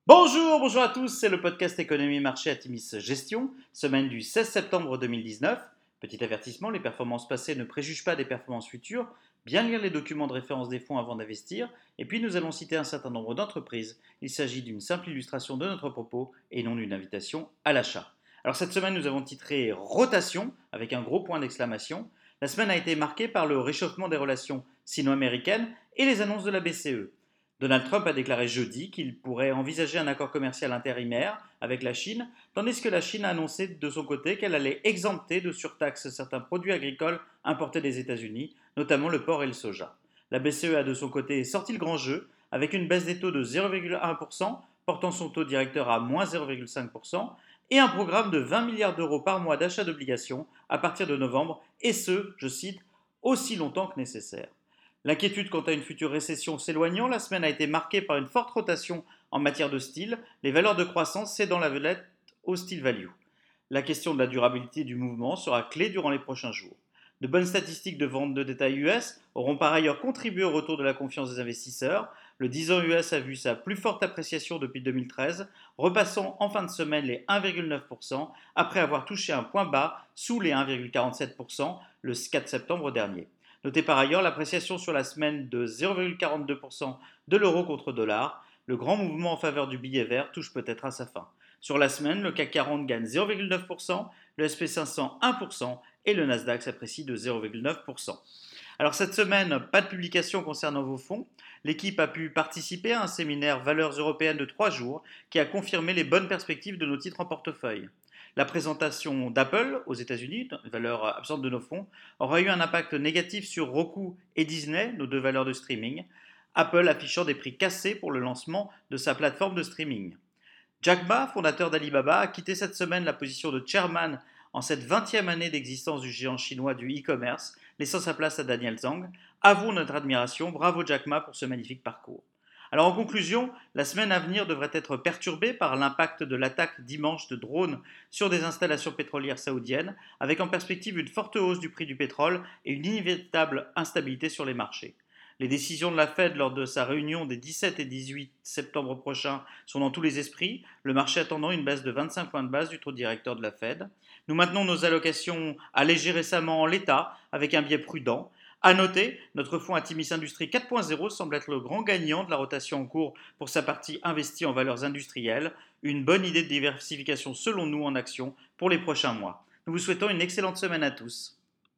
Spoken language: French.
Bonjour à tous, c'est le podcast Économie Marché Atimis Gestion, semaine du 16 septembre 2019. Petit avertissement, les performances passées ne préjugent pas des performances futures. Bien lire les documents de référence des fonds avant d'investir. Et puis nous allons citer un certain nombre d'entreprises. Il s'agit d'une simple illustration de notre propos et non d'une invitation à l'achat. Alors cette semaine nous avons titré Rotation avec un gros point d'exclamation. La semaine a été marquée par le réchauffement des relations sino-américaines et les annonces de la BCE. Donald Trump a déclaré jeudi qu'il pourrait envisager un accord commercial intérimaire avec la Chine, tandis que la Chine a annoncé de son côté qu'elle allait exempter de surtaxe certains produits agricoles importés des États-Unis, notamment le porc et le soja. La BCE a de son côté sorti le grand jeu avec une baisse des taux de 0,1%, portant son taux directeur à moins 0,5%, et un programme de 20 milliards d'euros par mois d'achat d'obligations à partir de novembre, et ce, je cite, aussi longtemps que nécessaire. L'inquiétude quant à une future récession s'éloignant, la semaine a été marquée par une forte rotation en matière de style, les valeurs de croissance cédant la vedette au style value. La question de la durabilité du mouvement sera clé durant les prochains jours. De bonnes statistiques de vente de détail US auront par ailleurs contribué au retour de la confiance des investisseurs. Le 10 ans US a vu sa plus forte appréciation depuis 2013, repassant en fin de semaine les 1,9% après avoir touché un point bas sous les 1,47% le 4 septembre dernier. Notez par ailleurs l'appréciation sur la semaine de 0,42% de l'euro contre dollar. Le grand mouvement en faveur du billet vert touche peut-être à sa fin. Sur la semaine, le CAC 40 gagne 0,9%, le SP500 1% et le Nasdaq s'apprécie de 0,9%. Alors cette semaine, pas de publication concernant vos fonds. L'équipe a pu participer à un séminaire Valeurs européennes de 3 jours qui a confirmé les bonnes perspectives de nos titres en portefeuille. La présentation d'Apple aux États-Unis, valeur absente de nos fonds, aura eu un impact négatif sur Roku et Disney, nos deux valeurs de streaming. Apple affichant des prix cassés pour le lancement de sa plateforme de streaming. Jack Ma, fondateur d'Alibaba, a quitté cette semaine la position de chairman en cette 20e année d'existence du géant chinois du e-commerce, laissant sa place à Daniel Zhang. Avouons notre admiration, bravo Jack Ma pour ce magnifique parcours. Alors en conclusion, la semaine à venir devrait être perturbée par l'impact de l'attaque dimanche de drones sur des installations pétrolières saoudiennes, avec en perspective une forte hausse du prix du pétrole et une inévitable instabilité sur les marchés. Les décisions de la Fed lors de sa réunion des 17 et 18 septembre prochains sont dans tous les esprits, le marché attendant une baisse de 25 points de base du taux directeur de la Fed. Nous maintenons nos allocations allégées récemment en l'état, avec un biais prudent. À noter, notre fonds Atimis Industrie 4.0 semble être le grand gagnant de la rotation en cours pour sa partie investie en valeurs industrielles, une bonne idée de diversification selon nous en actions pour les prochains mois. Nous vous souhaitons une excellente semaine à tous.